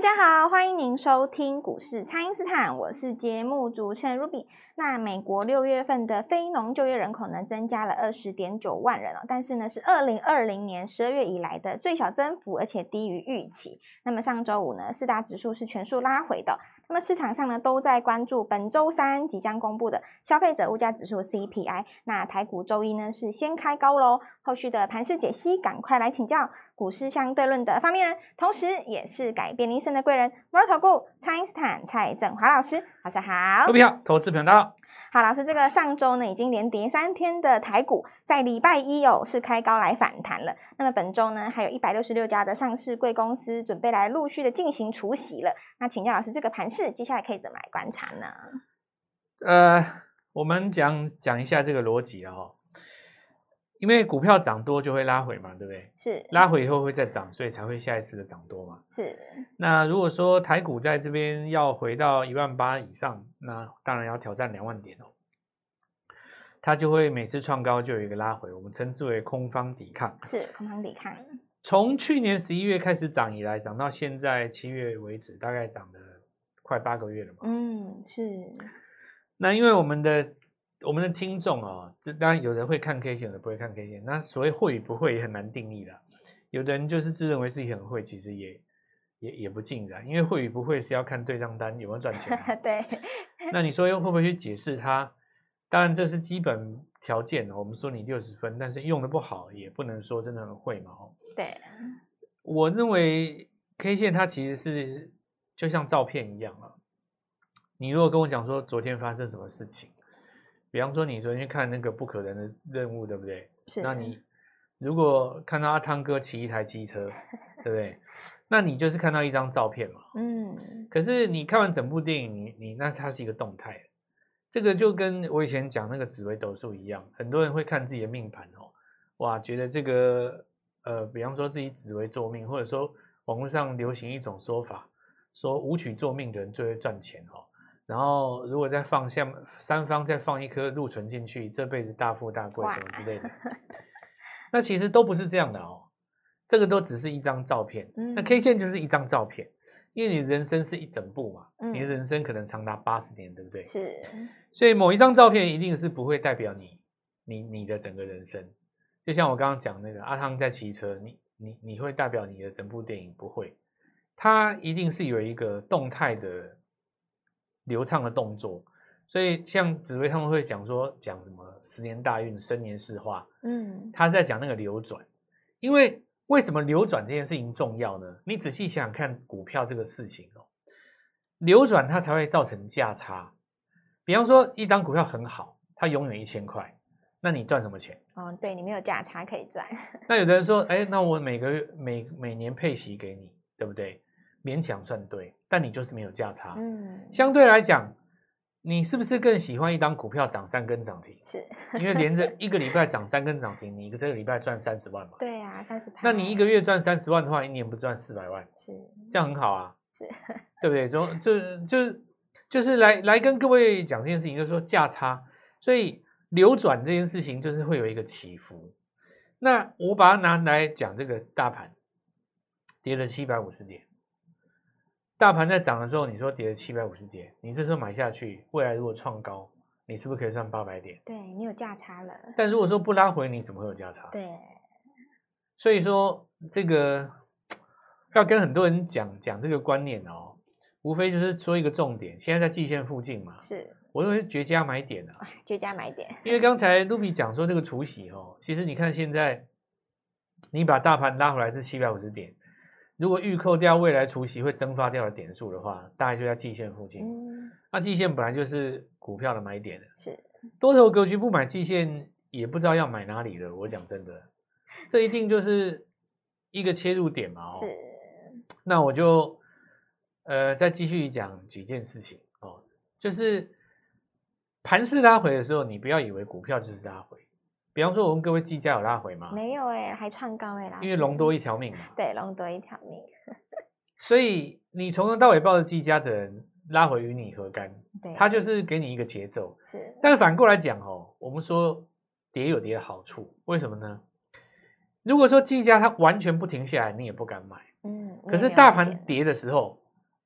家好，欢迎您收听股市蔡因斯坦，我是节目主持人 Ruby。那美国6月份的非农就业人口呢，增加了20.9万人但是呢是2020年12月以来的最小增幅，而且低于预期。那么上周五呢，四大指数是全数拉回的。那么市场上呢都在关注本周三即将公布的消费者物价指数 CPI。那台股周一呢是先开高咯，后续的盘势解析，赶快来请教股市相对论的发明人，同时也是改变人生的贵人——摩尔投顾蔡因斯坦蔡正华老师。老师好。 股票投资朋友大家好。 好，老师，这个上周呢已经连跌3天的台股，在礼拜一是开高来反弹了。那么本周呢，还有166家的上市贵公司准备来陆续的进行除息了。那请教老师，这个盘势接下来可以怎么来观察呢？ 我们讲一下这个逻辑因为股票涨多就会拉回嘛，对不对？ 是。拉回以后会再涨，所以才会下一次的涨多嘛。 是。 那如果说台股在这边要回到18000以上，那当然要挑战2万点它就会每次创高就有一个拉回，我们称之为空方抵抗。 是，空方抵抗。 从去年11月开始涨以来，涨到现在7月为止，大概涨了快8个月了嘛。 是。 那因为我们的听众这当然有人会看 K 线，有人不会看 K 线。那所谓会与不会也很难定义啦。有的人就是自认为自己很会，其实也不尽然，因为会与不会是要看对账单有没有赚钱。 对。 那你说会不会去解释它？当然这是基本条件我们说你60分，但是用的不好，也不能说真的很会嘛对。 我认为 K 线它其实是就像照片一样你如果跟我讲说昨天发生什么事情，比方说你昨天去看那个不可能的任务，对不对？ 是。 那你如果看到阿汤哥骑一台机车，对不对？那你就是看到一张照片嘛。可是你看完整部电影，那它是一个动态。这个就跟我以前讲那个紫微斗数一样，很多人会看自己的命盘哇，觉得这个比方说自己紫微坐命，或者说网络上流行一种说法，说武曲坐命的人最会赚钱然后如果再放三方再放一颗禄存进去，这辈子大富大贵什么之类的。那其实都不是这样的这个都只是一张照片。那 K 线就是一张照片，因为你人生是一整部嘛，你的人生可能长达80年，对不对？ 是。 所以某一张照片一定是不会代表你的整个人生。就像我刚刚讲那个阿汤在骑车，你会代表你的整部电影？不会，它一定是有一个动态的流畅的动作。所以像紫微他们会讲什么10年大运生年四化，他是在讲那个流转。因为什么流转这件事情重要呢？你仔细想想看股票这个事情流转它才会造成价差。比方说一档股票很好，它永远1000块，那你赚什么钱？ 对，你没有价差可以赚。 那有的人说那我每个月每年配息给你，对不对？勉强算对，但你就是没有价差。相对来讲，你是不是更喜欢一档股票涨3根涨停？ 是。 因为连着一个礼拜涨3根涨停，你这个礼拜赚30万嘛。 对啊，30%。 那你一个月赚30万的话，一年不赚400万？ 是。 这样很好啊。 是。 对不对？就是来跟各位讲这件事情，就是说价差。所以流转这件事情就是会有一个起伏。那我把它拿来讲这个大盘跌了750点，大盘在涨的时候，你说跌了750点，你这时候买下去，未来如果创高，你是不是可以赚800点？ 对，你有价差了。 但如果说不拉回，你怎么会有价差？ 对。 所以说这个要跟很多人讲这个观念无非就是说一个重点，现在在季线附近嘛， 是。 我认为绝佳买点绝佳买点。 因为刚才 Ruby 讲说这个除息其实你看现在你把大盘拉回来是750点，如果预扣掉未来除息会蒸发掉的点数的话，大概就在季线附近。那季线本来就是股票的买点是。 多头格局不买季线，也不知道要买哪里了。我讲真的，这一定就是一个切入点嘛是。 那我就再继续讲几件事情就是盘势拉回的时候，你不要以为股票就是拉回。比方说我问各位技嘉有拉回吗？ 没有还创高因为龙多一条命嘛。 对，龙多一条命。 所以你从头到尾抱着技嘉的人拉回与你何干？他就是给你一个节奏。 是。 但反过来讲我们说跌有跌的好处，为什么呢？如果说技嘉它完全不停下来，你也不敢买。可是大盘跌的时候，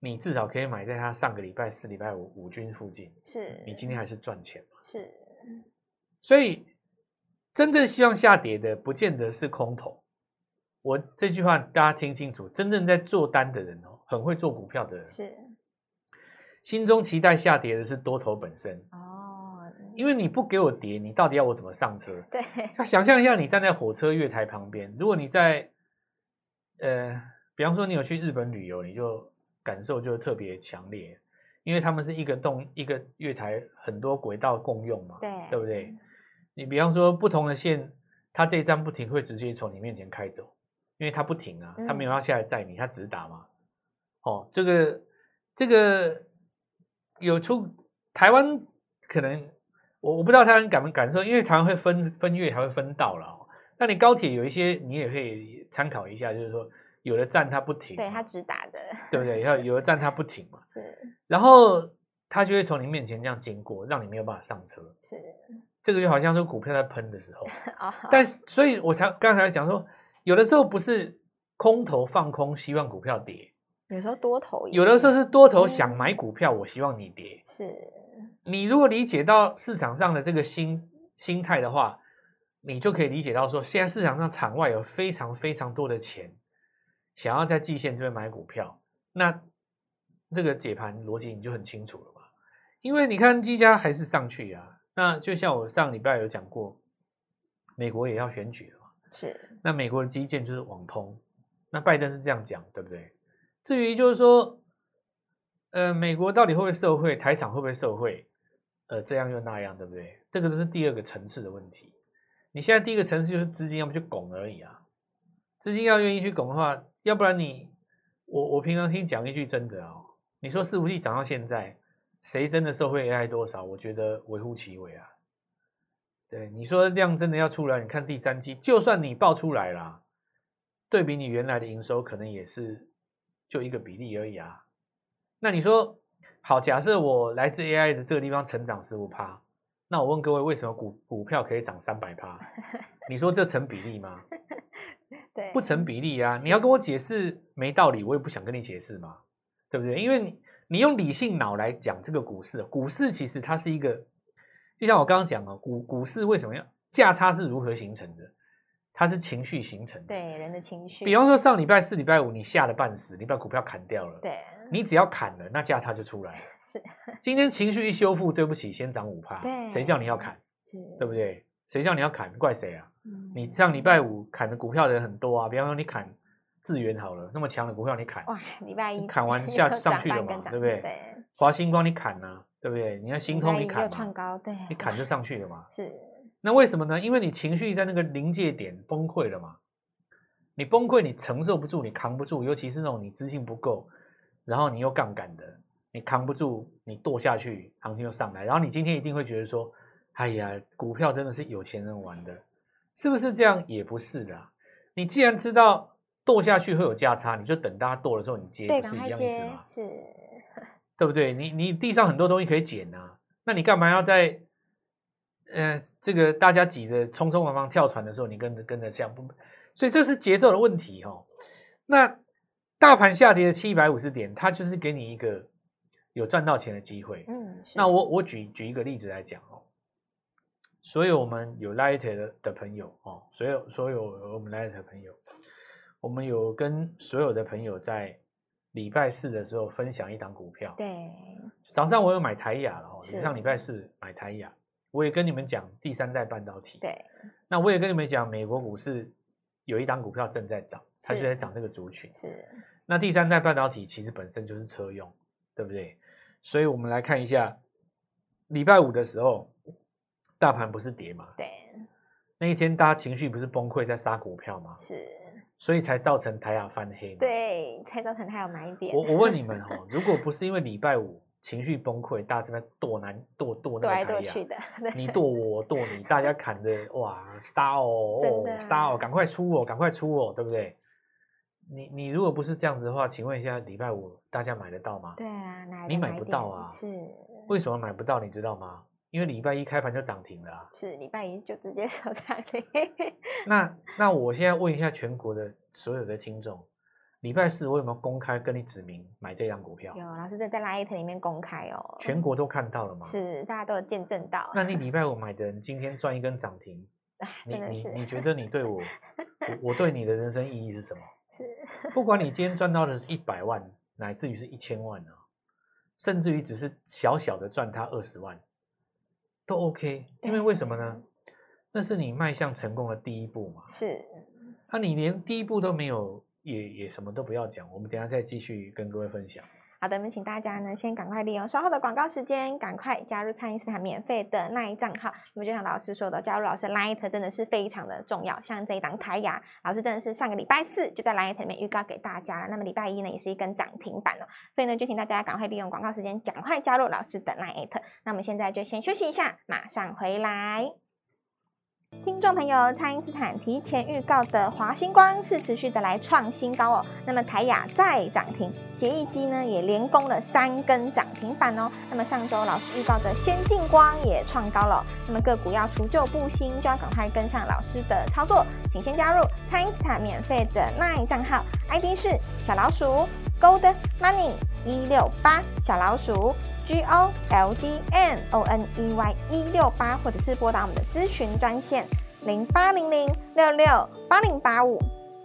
你至少可以买在它上个礼拜4、礼拜5均附近， 是你今天还是赚钱嘛？ 是， 所以真正希望下跌的，不见得是空头。我这句话大家听清楚，真正在做单的人哦，很会做股票的人， 是心中期待下跌的是多头本身哦， 因为你不给我跌，你到底要我怎么上车？ 对， 想象一下，你站在火车月台旁边，如果你在比方说你有去日本旅游，你就感受就特别强烈，因为他们是一个月台，很多轨道共用嘛，对不对？你比方说不同的线，它这一站不停，会直接从你面前开走，因为它不停啊，它没有要下来载你，它直达嘛。哦，这个有出台湾可能我不知道台湾感不感受，因为台湾会分月还会分道了哦。那你高铁有一些你也可以参考一下，就是说有的站它不停， 对，它直达的， 对不对？有的站它不停嘛， 是， 然后它就会从你面前这样经过，让你没有办法上车。 是， 这个就好像说股票在喷的时候， 哦， 但是所以我刚才讲说，有的时候不是空头放空希望股票跌， 有时候多头， 有的时候是多头想买股票，我希望你跌。 是， 你如果理解到市场上的这个心态的话，你就可以理解到说，现在市场上场外有非常非常多的钱想要在季线这边买股票，那这个解盘逻辑你就很清楚了嘛。因为你看技嘉还是上去啊，那就像我上礼拜有讲过，美国也要选举了嘛， 是， 那美国的基建就是网通，那拜登是这样讲，对不对？至于就是说，美国到底会不会受惠，台厂会不会受惠，这样又那样，对不对？这个都是第二个层次的问题。你现在第一个层次就是资金要不去拱而已啊，资金要愿意去拱的话，要不然我平常听讲一句真的哦，你说伺服器涨到现在，谁真的受惠 AI 多少？我觉得微乎其微啊。对，你说量真的要出来，你看第三季，就算你爆出来啦，对比你原来的营收，可能也是就一个比例而已啊。那你说好，假设我来自 AI 的这个地方成长15%，那我问各位，为什么股票可以涨300%？你说这成比例吗？ 对， 不成比例啊！你要跟我解释没道理，我也不想跟你解释嘛，对不对？因为你用理性脑来讲这个股市，股市其实它是一个，就像我刚刚讲哦，股市为什么要价差是如何形成的？它是情绪形成的， 对人的情绪。 比方说上礼拜4、礼拜5你下了半死，你把股票砍掉了， 对， 你只要砍了，那价差就出来了。 是， 今天情绪一修复，对不起，先涨5%， 对， 谁叫你要砍？ 是， 对不对？谁叫你要砍？怪谁啊？你上礼拜5砍的股票的人很多啊，比方说你砍智原好了，那么强的股票你砍， 哇，礼拜一砍完上去了嘛，对不对？ 对， 华星光你砍啊，对不对？你看星通你砍嘛， 高，对， 你砍就上去了嘛。 是， 那为什么呢？因为你情绪在那个临界点崩溃了嘛。你崩溃，你承受不住，你扛不住，尤其是那种你资金不够，然后你又杠杆的，你扛不住，你剁下去，行情就上来，然后你今天一定会觉得说，哎呀，股票真的是有钱人玩的，是不是这样？也不是的。你既然知道剁下去会有价差，你就等大家剁的时候你接，不是一样意思吗？ 是， 对不对？你地上很多东西可以捡啊，那你干嘛要在这个大家挤着匆匆忙忙跳船的时候，你跟着这样不？所以这是节奏的问题哦。那大盘下跌了750点，它就是给你一个有赚到钱的机会。那我举一个例子来讲哦。所有我们有 Light 的朋友哦，所有我们 Light 的朋友，我们有跟所有的朋友在礼拜4的时候分享一档股票。 对， 早上我有买台亚了哦，上礼拜4买台亚，我也跟你们讲第三代半导体。 对， 那我也跟你们讲美国股市。有一档股票正在涨，它就在涨这个族群。 是， 那第三代半导体其实本身就是车用，对不对？所以我们来看一下，礼拜5的时候，大盘不是跌嘛？ 对。 那一天大家情绪不是崩溃在杀股票吗？ 是。 所以才造成台亚翻黑嘛？ 对，才造成它有买点。 我问你们哦，如果不是因为礼拜5情绪崩溃，大家这边剁那个台亚，你剁我剁你，大家砍的哇杀杀哦，赶快出哦，赶快出哦，对不对？你如果不是这样子的话，请问一下，礼拜5大家买得到吗？ 对啊， 你买不到啊。 是。 为什么买不到？你知道吗？因为礼拜1开盘就涨停了啊。 是，礼拜1就直接收涨停。 那我现在问一下全国的所有的听众， 礼拜四我有没有公开跟你指明买这张股票？ 有，老师在 Line 里面公开哦， 全国都看到了吗？ 是，大家都有见证到。 那你礼拜五买的人，今天赚一根涨停，你觉得你对我对你的人生意义是什么？ 是， 不管你今天赚到的是100万，乃至于是1000万啊，甚至于只是小小的赚它20万，都 OK。因为为什么呢？那是你迈向成功的第一步嘛。 是。 那你连第一步都没有，也什么都不要讲。我们等一下再继续跟各位分享。 好的，我们请大家呢，先赶快利用稍后的广告时间，赶快加入蔡因斯坦免费的LINE账号。那么就像老师说的，加入老师 LINE 真的是非常的重要。像这一档台牙，老师真的是上个礼拜四就在 LINE 里面预告给大家了。那么礼拜一呢，也是一根涨停板哦。所以呢，就请大家赶快利用广告时间，赶快加入老师的 LINE。那我们现在就先休息一下，马上回来。听众朋友，蔡因斯坦提前预告的华星光是持续的来创新高哦。那么台亚再涨停，协议机呢也连攻了3根涨停板哦。那么上周老师预告的先进光也创高了哦。那么个股要除旧布新，就要赶快跟上老师的操作，请先加入蔡因斯坦免费的 LINE 账号 ，ID 是小老鼠 Gold Money 168，小老鼠 GOLDMONEY 168，或者是拨打我们的咨询专线0800668085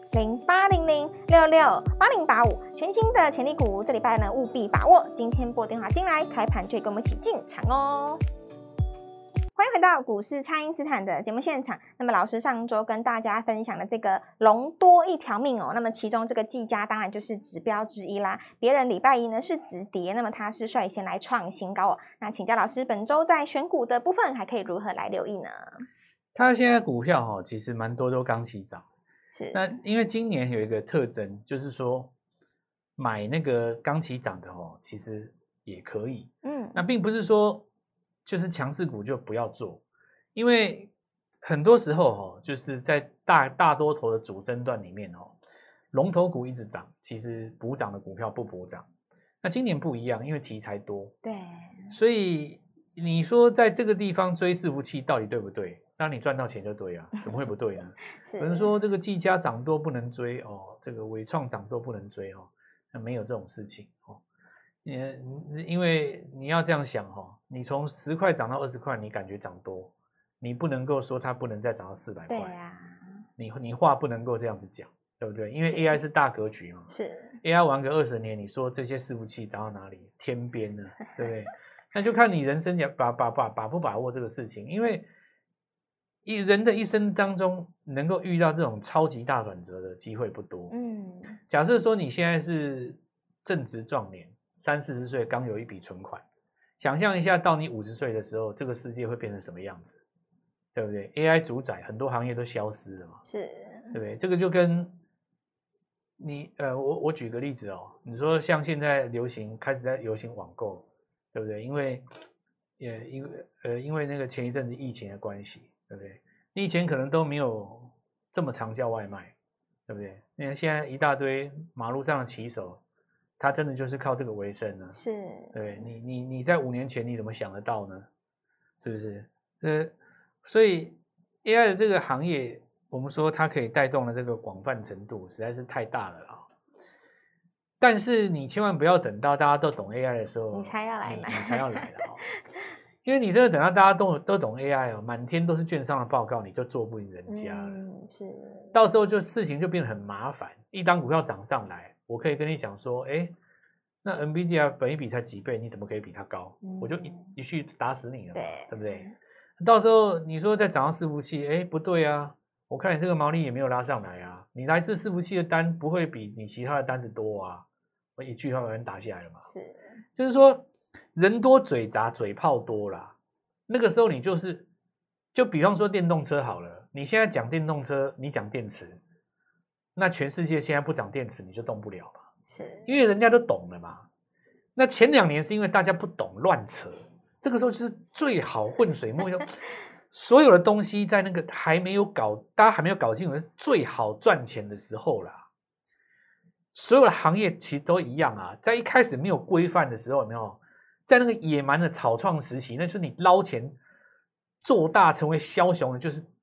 0800668085，全新的潜力股，这礼拜呢务必把握，今天拨电话进来，开盘就跟我们一起进场哦。欢迎回到股市蔡因斯坦的节目现场。那么老师上周跟大家分享的这个龙多一条命哦，那么其中这个技嘉当然就是指标之一啦。别人礼拜一呢是止跌，那么它是率先来创新高哦。那请教老师，本周在选股的部分还可以如何来留意呢？ 它现在股票其实蛮多都刚起涨。 是。 那因为今年有一个特征，就是说买那个刚起涨的其实也可以。那并不是说就是强势股就不要做，因为很多时候就是在大多头的主升段里面龙头股一直涨，其实补涨的股票不补涨。那今年不一样，因为题材多， 对， 所以你说在这个地方追伺服器到底对不对？那你赚到钱就对啊，怎么会不对呢？有人说这个技嘉涨多不能追这个伟创涨多不能追那没有这种事情因为你要这样想你从10块涨到20块，你感觉涨多，你不能够说它不能再涨到400块。 对啊， 你话不能够这样子讲，对不对？因为 AI 是大格局嘛， 是 AI 玩个20年，你说这些伺服器涨到哪里？天边呢，对不对？那就看你人生把不把握这个事情，因为人的一生当中能够遇到这种超级大转折的机会不多。假设说你现在是正值壮年，30-40岁刚有一笔存款，想象一下到你50岁的时候，这个世界会变成什么样子，对不对 ？AI 主宰很多行业都消失了嘛， 是， 对不对？这个就跟你我举个例子你说像现在开始在流行网购，对不对？因为那个前一阵子疫情的关系，对不对？你以前可能都没有这么常叫外卖，对不对？你看现在一大堆马路上的骑手，他真的就是靠这个为生呢。 是， 对，你在5年前你怎么想得到呢？是不是？所以 AI 的这个行业，我们说它可以带动的这个广泛程度实在是太大了但是你千万不要等到大家都懂 AI 的时候， 你才要来买， 你才要来了因为你真的等到大家都懂 AI 满天都是券商的报告，你就做不赢人家了。 是，到时候就事情就变得很麻烦。一档股票涨上来，我可以跟你讲说，那 NVIDIA 本益比才几倍，你怎么可以比它高？我就一去打死你了嘛，对不对？到时候你说再涨到伺服器，不对啊，我看你这个毛利也没有拉上来啊，你来自伺服器的单不会比你其他的单子多啊，我一句话把人打下来了嘛。 是， 就是说人多嘴杂，嘴炮多啦。那个时候你就比方说电动车好了，你现在讲电动车，你讲电池，那全世界现在不涨电池你就动不了嘛。 是， 因为人家都懂了嘛。那前2年是因为大家不懂乱扯，这个时候就是最好浑水摸鱼，所有的东西在那个大家还没有搞清楚是最好赚钱的时候啦。所有的行业其实都一样啊，在一开始没有规范的时候，有没有？在那个野蛮的草创时期，那就是你捞钱做大成为枭雄的，就是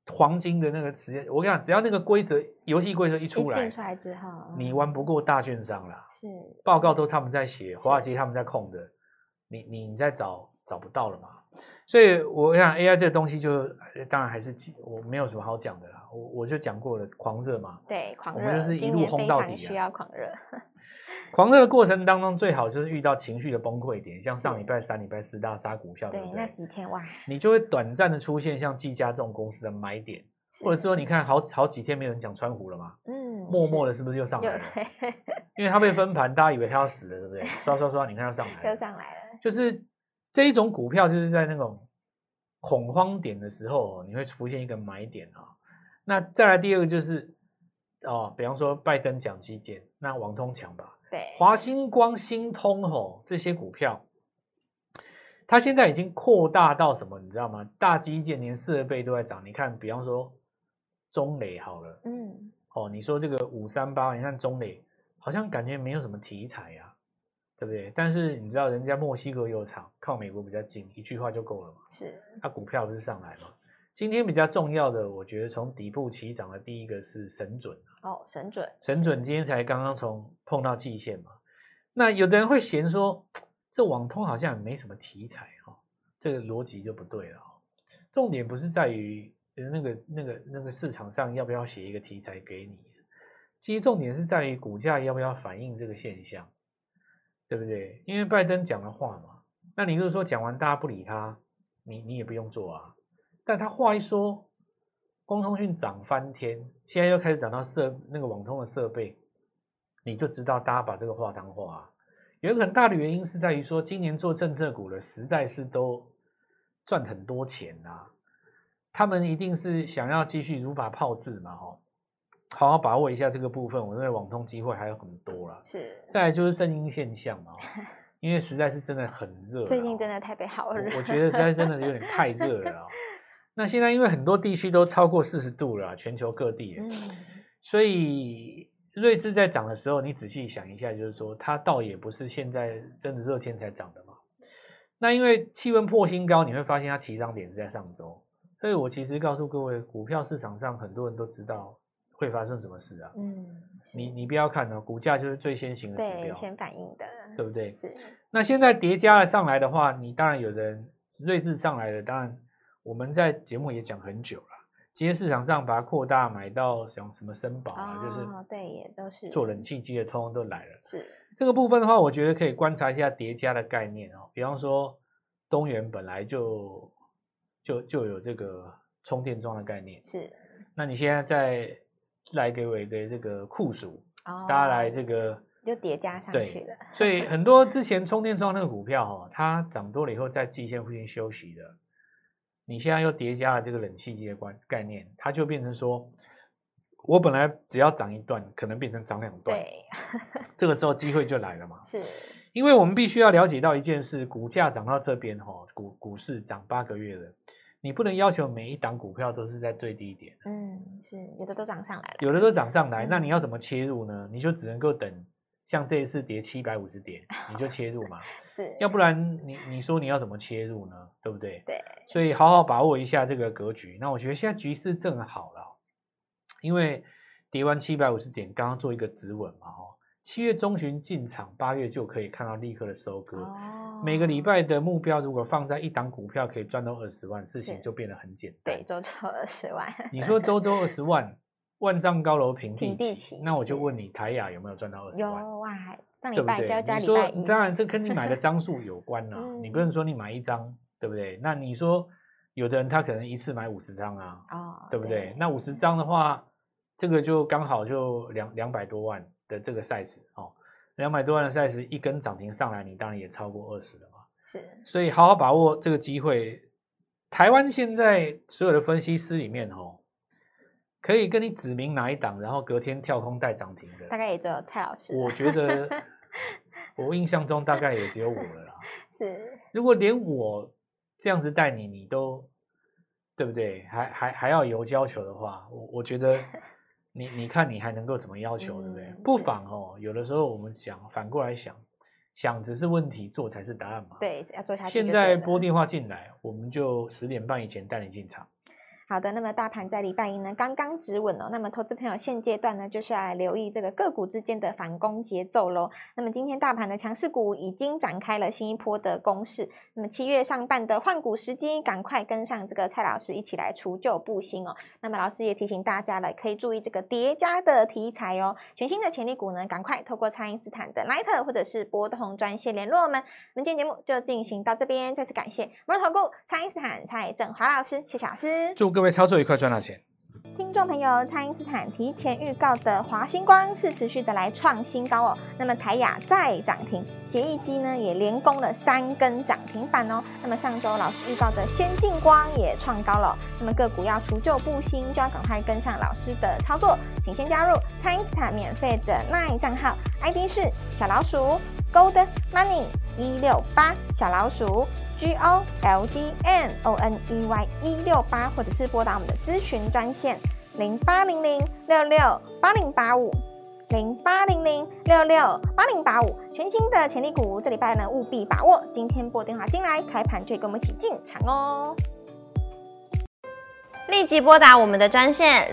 黄金的那个时间，我跟你讲，只要那个游戏规则一出来， 定出来之后， 你玩不过大券商啦。 是报告都他们在写，华尔街他们在控的，你在找不到了嘛？所以我想 AI 这个东西就当然还是我没有什么好讲的啦，我就讲过了，狂热嘛， 对，狂热， 我们就是一路轰到底需要狂热。 狂热的过程当中，最好就是遇到情绪的崩溃点，像上礼拜3、礼拜4大杀股票，对不对？ 那几天哇， 你就会短暂的出现像技嘉这种公司的买点，或者说你看好几天没有人讲川湖了嘛，默默的是不是又上来了？因为它被分盘，大家以为它要死了，对不对？刷，你看它上来了， 又上来了， 就是这一种股票，就是在那种恐慌点的时候，你会浮现一个买点啊。那再来第二个就是比方说拜登讲基建，那网通强吧。 对， 华星光、星通这些股票，它现在已经扩大到什么？你知道吗？大基建连12倍都在涨。你看，比方说中磊好了，你说这个538，你看中磊好像感觉没有什么题材呀，对不对？但是你知道人家墨西哥有厂，靠美国比较近，一句话就够了嘛。 是， 它股票不是上来吗？今天比较重要的，我觉得从底部起涨的第一个是神准神准今天才刚刚碰到季线嘛。那有的人会嫌说，这网通好像也没什么题材这个逻辑就不对了重点不是在于那个市场上要不要写一个题材给你，其实重点是在于股价要不要反映这个现象，对不对？因为拜登讲的话嘛，那你如果说讲完大家不理他，你也不用做啊。但他话一说，光通讯涨翻天，现在又开始涨到那个网通的设备，你就知道大家把这个话当话啊。有一个很大的原因是在于说，今年做政策股的实在是都赚很多钱啊，他们一定是想要继续如法炮制嘛，好好把握一下这个部分。我认为网通机会还有很多啦。 是， 再来就是声音现象嘛，因为实在是真的很热， 最近真的台北好热， 我觉得实在真的有点太热了那现在因为很多地区都超过40度了全球各地所以瑞智在涨的时候，你仔细想一下，就是说它倒也不是现在真的热天才涨的嘛。那因为气温破新高，你会发现它起涨点是在上周，所以我其实告诉各位，股票市场上很多人都知道会发生什么事啊。你不要看股价就是最先行的指标， 对，先反应的， 对不对？ 是。 那现在叠加了上来的话，你当然有人瑞智上来了，当然。我们在节目也讲很久了，今天市场上把它扩大买到像什么森宝就是对，也都是做冷气机的，通通都来了。 是这个部分的话，我觉得可以观察一下叠加的概念比方说东元本来就有这个充电桩的概念， 是。 那你现在再来给我一个这个酷暑，大家来这个就叠加上去了。 所以很多之前充电桩那个股票它涨多了以后在季线附近休息的。你现在又叠加了这个冷气机的概念，它就变成说，我本来只要涨一段，可能变成涨2段， 对， 这个时候机会就来了嘛。 是， 因为我们必须要了解到一件事，股价涨到这边股市涨8个月了，你不能要求每一档股票都是在最低点。 是，有的都涨上来了， 有的都涨上来，那你要怎么切入呢？你就只能够等。像这一次跌750点，你就切入嘛， 是， 要不然你说你要怎么切入呢？对不对？ 对， 所以好好把握一下这个格局。那我觉得现在局势正好了，因为跌完750点，刚刚做一个止稳嘛，7月中旬进场，8月就可以看到立刻的收割。每个礼拜的目标如果放在一档股票可以赚到20万，事情就变得很简单。 对，周20万。 你说周20万。万丈高楼平地起，那我就问你，台亚有没有赚到20万？ 有哇，上礼拜再加礼拜一。 当然这跟你买的张数有关啦，你不能说你买1张，对不对？那你说有的人他可能一次买50张对不对？那50张的话，这个就刚好就200多万的这个 size 200多万的 size 一根涨停上来，你当然也超过20了嘛。 是， 所以好好把握这个机会。台湾现在所有的分析师里面可以跟你指明哪一档，然后隔天跳空带涨停的， 大概也只有蔡老师。 我觉得我印象中大概也只有我了啦。 是， 如果连我这样子带你都对不对？还要有要求的话，我觉得你看你还能够怎么要求，对不对？不妨有的时候我们反过来想只是问题，做才是答案嘛。 对，要做下去。 现在拨电话进来，我们就10点半以前带你进场。 好的，那么大盘在礼拜一呢刚刚止稳哦，那么投资朋友现阶段呢就是要来留意这个个股之间的反攻节奏咯。那么今天大盘的强势股已经展开了新一波的攻势，那么7月上半的换股时机，赶快跟上这个蔡老师一起来除旧布新哦。那么老师也提醒大家了，可以注意这个叠加的题材哦。全新的潜力股呢，赶快透过蔡因斯坦的 Line 或者是拨通专线联络我们。那么今天节目就进行到这边，再次感谢摩尔投顾蔡因斯坦蔡正华老师，谢谢老师， 祝各位操作愉快，赚到钱。 听众朋友，蔡因斯坦提前预告的华星光是持续的来创新高哦。那么台亚再涨停，协议机呢也连攻了3根涨停板哦。那么上周老师预告的先进光也创高了哦。那么个股要除旧布新，就要赶快跟上老师的操作，请先加入蔡因斯坦免费的 LINE 账号 ，ID 是小老鼠 Gold Money 168，小老鼠 GOLDMONEY 168，或者是拨打我们的咨询专线0800668085，0800668085，全新的潜力股，这礼拜呢务必把握，今天拨电话进来，开盘就跟我们一起进场哦。 立即拨打我们的专线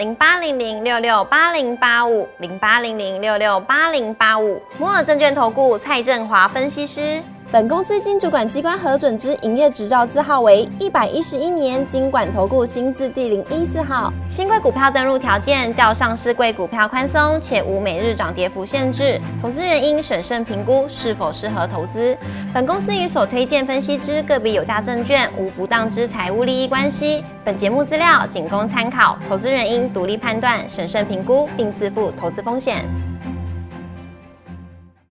0800668085，0800668085，摩尔证券投顾蔡正华分析师。 本公司经主管机关核准之营业执照字号为111年金管投顾新字第014号。 新贵股票登录条件较上市柜股票宽松，且无每日涨跌幅限制，投资人应审慎评估是否适合投资。本公司与所推荐分析之个别有价证券无不当之财务利益关系。本节目资料仅供参考，投资人应独立判断、审慎评估，并自负投资风险。